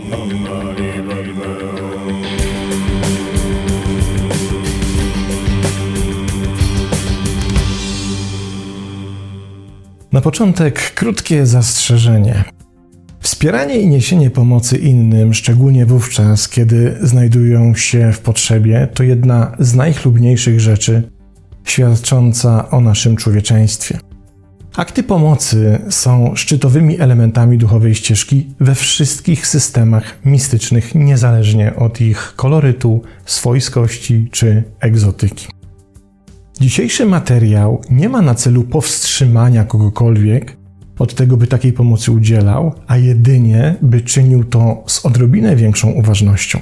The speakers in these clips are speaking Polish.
Na początek krótkie zastrzeżenie. Wspieranie i niesienie pomocy innym, szczególnie wówczas, kiedy znajdują się w potrzebie, to jedna z najchlubniejszych rzeczy świadcząca o naszym człowieczeństwie. Akty pomocy są szczytowymi elementami duchowej ścieżki we wszystkich systemach mistycznych, niezależnie od ich kolorytu, swojskości czy egzotyki. Dzisiejszy materiał nie ma na celu powstrzymania kogokolwiek od tego, by takiej pomocy udzielał, a jedynie, by czynił to z odrobinę większą uważnością.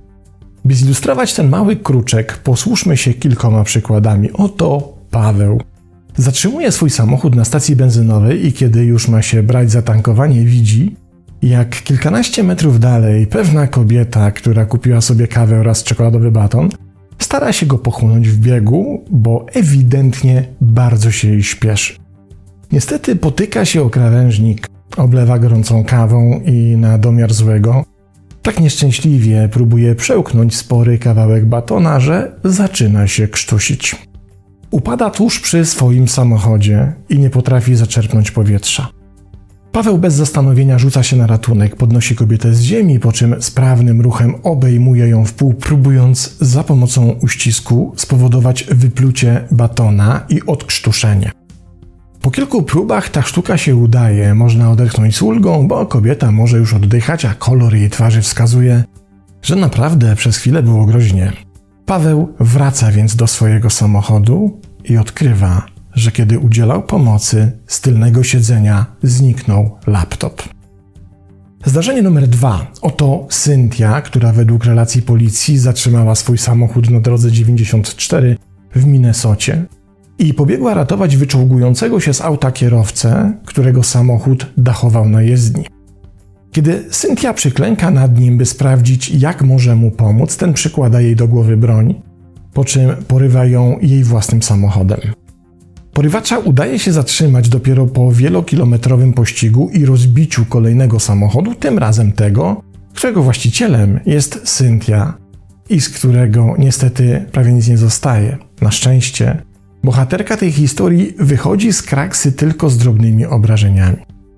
By zilustrować ten mały kruczek, posłużmy się kilkoma przykładami. Oto Paweł. Zatrzymuje swój samochód na stacji benzynowej i kiedy już ma się brać za tankowanie, widzi, jak kilkanaście metrów dalej pewna kobieta, która kupiła sobie kawę oraz czekoladowy baton, stara się go pochłonąć w biegu, bo ewidentnie bardzo się jej śpieszy. Niestety potyka się o krawężnik, oblewa gorącą kawą i na domiar złego tak nieszczęśliwie próbuje przełknąć spory kawałek batona, że zaczyna się krztusić. Upada tuż przy swoim samochodzie i nie potrafi zaczerpnąć powietrza. Paweł bez zastanowienia rzuca się na ratunek, podnosi kobietę z ziemi, po czym sprawnym ruchem obejmuje ją w pół, próbując za pomocą uścisku spowodować wyplucie batona i odkrztuszenie. Po kilku próbach ta sztuka się udaje, można odetchnąć z ulgą, bo kobieta może już oddychać, a kolor jej twarzy wskazuje, że naprawdę przez chwilę było groźnie. Paweł wraca więc do swojego samochodu i odkrywa, że kiedy udzielał pomocy, z tylnego siedzenia zniknął laptop. Zdarzenie numer 2. Oto Cynthia, która według relacji policji zatrzymała swój samochód na drodze 94 w Minnesocie i pobiegła ratować wyczołgującego się z auta kierowcę, którego samochód dachował na jezdni. Kiedy Cynthia przyklęka nad nim, by sprawdzić, jak może mu pomóc, ten przykłada jej do głowy broń, po czym porywa ją jej własnym samochodem. Porywacza udaje się zatrzymać dopiero po wielokilometrowym pościgu i rozbiciu kolejnego samochodu, tym razem tego, którego właścicielem jest Cynthia i z którego niestety prawie nic nie zostaje. Na szczęście bohaterka tej historii wychodzi z kraksy tylko z drobnymi obrażeniami.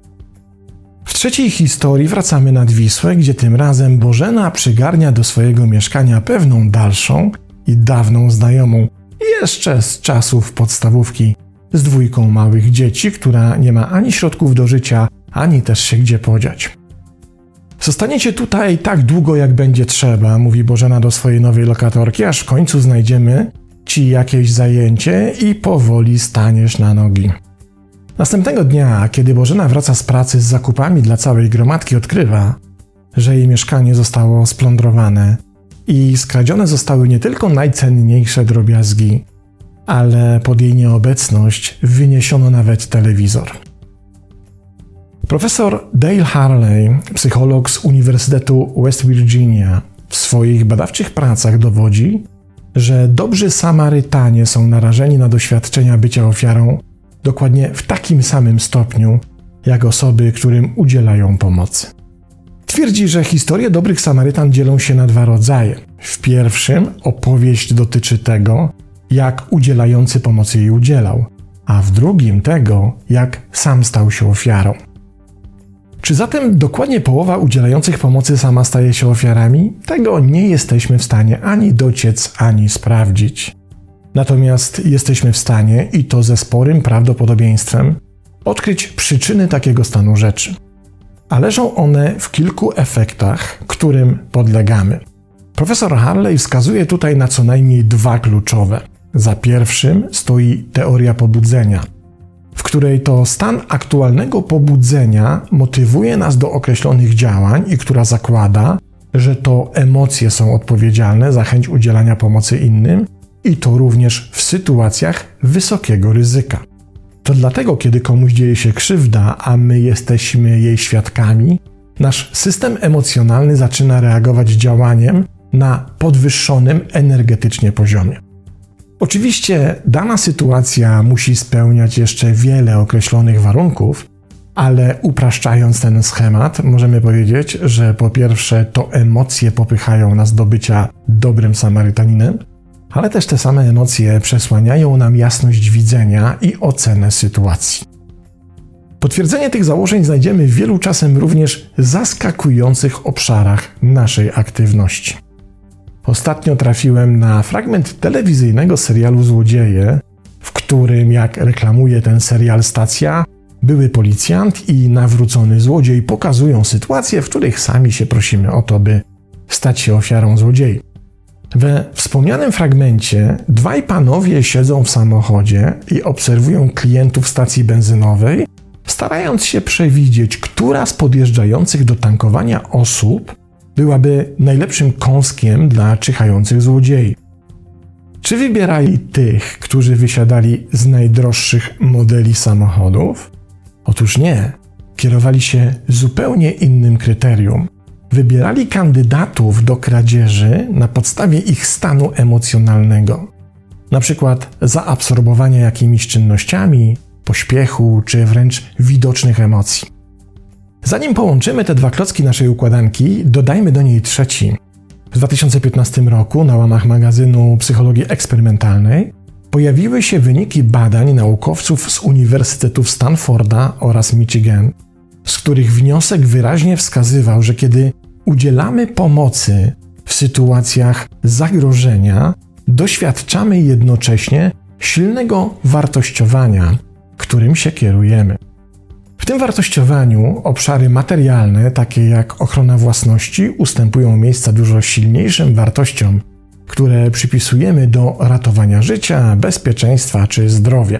W trzeciej historii wracamy nad Wisłę, gdzie tym razem Bożena przygarnia do swojego mieszkania pewną dalszą i dawną znajomą, jeszcze z czasów podstawówki, z 2 małych dzieci, która nie ma ani środków do życia, ani też się gdzie podziać. Zostaniecie tutaj tak długo, jak będzie trzeba, mówi Bożena do swojej nowej lokatorki, aż w końcu znajdziemy ci jakieś zajęcie i powoli staniesz na nogi. Następnego dnia, kiedy Bożena wraca z pracy z zakupami dla całej gromadki, odkrywa, że jej mieszkanie zostało splądrowane i skradzione zostały nie tylko najcenniejsze drobiazgi, ale pod jej nieobecność wyniesiono nawet telewizor. Profesor Dale Harley, psycholog z Uniwersytetu West Virginia, w swoich badawczych pracach dowodzi, że dobrzy Samarytanie są narażeni na doświadczenia bycia ofiarą dokładnie w takim samym stopniu, jak osoby, którym udzielają pomocy. Twierdzi, że historie dobrych Samarytan dzielą się na 2 rodzaje. W pierwszym opowieść dotyczy tego, jak udzielający pomocy jej udzielał, a w drugim tego, jak sam stał się ofiarą. Czy zatem dokładnie połowa udzielających pomocy sama staje się ofiarami? Tego nie jesteśmy w stanie ani dociec, ani sprawdzić. Natomiast jesteśmy w stanie, i to ze sporym prawdopodobieństwem, odkryć przyczyny takiego stanu rzeczy. A leżą one w kilku efektach, którym podlegamy. Profesor Harley wskazuje tutaj na co najmniej 2 kluczowe. Za pierwszym stoi teoria pobudzenia, w której to stan aktualnego pobudzenia motywuje nas do określonych działań i która zakłada, że to emocje są odpowiedzialne za chęć udzielania pomocy innym i to również w sytuacjach wysokiego ryzyka. To dlatego, kiedy komuś dzieje się krzywda, a my jesteśmy jej świadkami, nasz system emocjonalny zaczyna reagować działaniem na podwyższonym energetycznie poziomie. Oczywiście dana sytuacja musi spełniać jeszcze wiele określonych warunków, Ale upraszczając ten schemat, możemy powiedzieć, że po pierwsze to emocje popychają nas do bycia dobrym Samarytaninem, ale też te same emocje przesłaniają nam jasność widzenia i ocenę sytuacji. Potwierdzenie tych założeń znajdziemy w wielu czasem również zaskakujących obszarach naszej aktywności. Ostatnio trafiłem na fragment telewizyjnego serialu Złodzieje, w którym, jak reklamuje ten serial stacja, były policjant i nawrócony złodziej pokazują sytuacje, w których sami się prosimy o to, by stać się ofiarą złodziei. We wspomnianym fragmencie dwaj panowie siedzą w samochodzie i obserwują klientów stacji benzynowej, starając się przewidzieć, która z podjeżdżających do tankowania osób byłaby najlepszym kąskiem dla czyhających złodziei. Czy wybierali tych, którzy wysiadali z najdroższych modeli samochodów? Otóż nie. Kierowali się zupełnie innym kryterium. Wybierali kandydatów do kradzieży na podstawie ich stanu emocjonalnego. Na przykład zaabsorbowania jakimiś czynnościami, pośpiechu czy wręcz widocznych emocji. Zanim połączymy te dwa klocki naszej układanki, dodajmy do niej trzeci. W 2015 roku na łamach magazynu Psychologii Eksperymentalnej pojawiły się wyniki badań naukowców z Uniwersytetów Stanforda oraz Michigan, z których wniosek wyraźnie wskazywał, że kiedy udzielamy pomocy w sytuacjach zagrożenia, doświadczamy jednocześnie silnego wartościowania, którym się kierujemy. W tym wartościowaniu obszary materialne, takie jak ochrona własności, ustępują miejsca dużo silniejszym wartościom, które przypisujemy do ratowania życia, bezpieczeństwa czy zdrowia.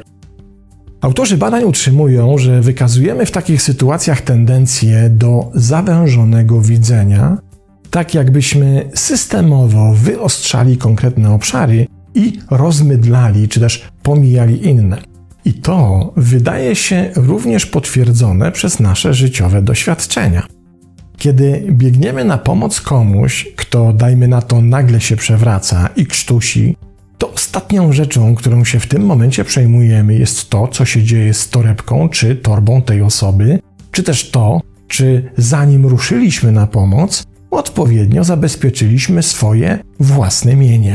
Autorzy badań utrzymują, że wykazujemy w takich sytuacjach tendencję do zawężonego widzenia, tak jakbyśmy systemowo wyostrzali konkretne obszary i rozmydlali czy też pomijali inne. I to wydaje się również potwierdzone przez nasze życiowe doświadczenia. Kiedy biegniemy na pomoc komuś, kto, dajmy na to, nagle się przewraca i krztusi, to ostatnią rzeczą, którą się w tym momencie przejmujemy, jest to, co się dzieje z torebką czy torbą tej osoby, czy też to, czy zanim ruszyliśmy na pomoc, odpowiednio zabezpieczyliśmy swoje własne mienie.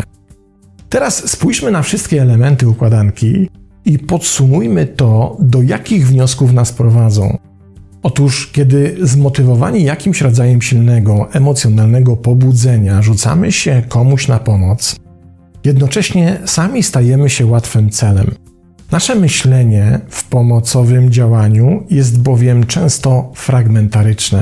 Teraz spójrzmy na wszystkie elementy układanki i podsumujmy to, do jakich wniosków nas prowadzą. Otóż, kiedy zmotywowani jakimś rodzajem silnego, emocjonalnego pobudzenia rzucamy się komuś na pomoc, jednocześnie sami stajemy się łatwym celem. Nasze myślenie w pomocowym działaniu jest bowiem często fragmentaryczne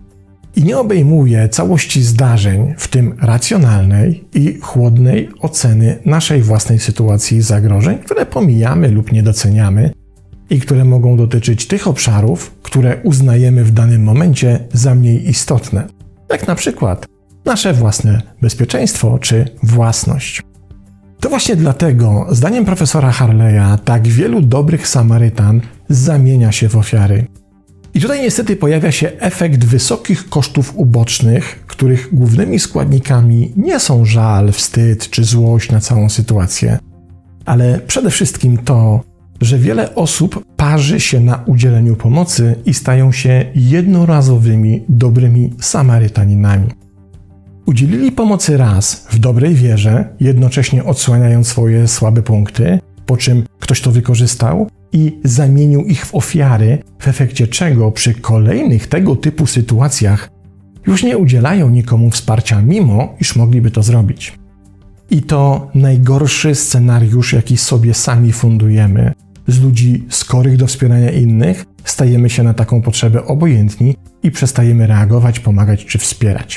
i nie obejmuje całości zdarzeń, w tym racjonalnej i chłodnej oceny naszej własnej sytuacji i zagrożeń, które pomijamy lub nie doceniamy i które mogą dotyczyć tych obszarów, które uznajemy w danym momencie za mniej istotne, jak na przykład nasze własne bezpieczeństwo czy własność. To właśnie dlatego, zdaniem profesora Harleya, tak wielu dobrych Samarytan zamienia się w ofiary. I tutaj niestety pojawia się efekt wysokich kosztów ubocznych, których głównymi składnikami nie są żal, wstyd czy złość na całą sytuację, ale przede wszystkim to, że wiele osób parzy się na udzieleniu pomocy i stają się jednorazowymi, dobrymi Samarytaninami. Udzielili pomocy raz w dobrej wierze, jednocześnie odsłaniając swoje słabe punkty, po czym ktoś to wykorzystał i zamienił ich w ofiary, w efekcie czego przy kolejnych tego typu sytuacjach już nie udzielają nikomu wsparcia, mimo iż mogliby to zrobić. I to najgorszy scenariusz, jaki sobie sami fundujemy. Z ludzi skorych do wspierania innych stajemy się na taką potrzebę obojętni i przestajemy reagować, pomagać czy wspierać.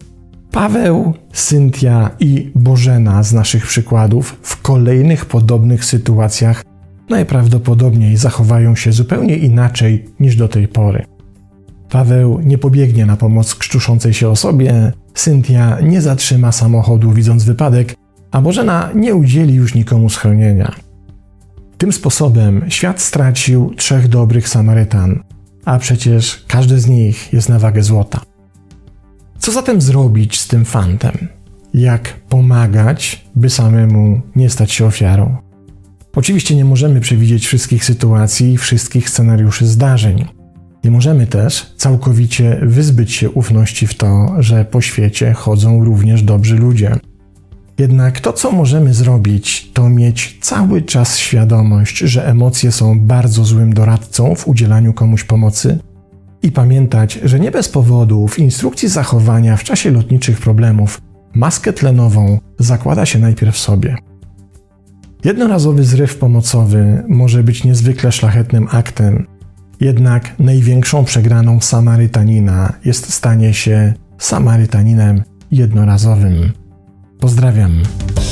Paweł, Cynthia i Bożena z naszych przykładów w kolejnych podobnych sytuacjach najprawdopodobniej zachowają się zupełnie inaczej niż do tej pory. Paweł nie pobiegnie na pomoc krztuszącej się osobie, Cynthia nie zatrzyma samochodu widząc wypadek, a Bożena nie udzieli już nikomu schronienia. Tym sposobem świat stracił 3 dobrych Samarytan, a przecież każdy z nich jest na wagę złota. Co zatem zrobić z tym fantem? Jak pomagać, by samemu nie stać się ofiarą? Oczywiście nie możemy przewidzieć wszystkich sytuacji i wszystkich scenariuszy zdarzeń. Nie możemy też całkowicie wyzbyć się ufności w to, że po świecie chodzą również dobrzy ludzie. Jednak to, co możemy zrobić, to mieć cały czas świadomość, że emocje są bardzo złym doradcą w udzielaniu komuś pomocy i pamiętać, że nie bez powodu w instrukcji zachowania w czasie lotniczych problemów maskę tlenową zakłada się najpierw sobie. Jednorazowy zryw pomocowy może być niezwykle szlachetnym aktem, jednak największą przegraną Samarytanina jest stanie się Samarytaninem jednorazowym. Pozdrawiam.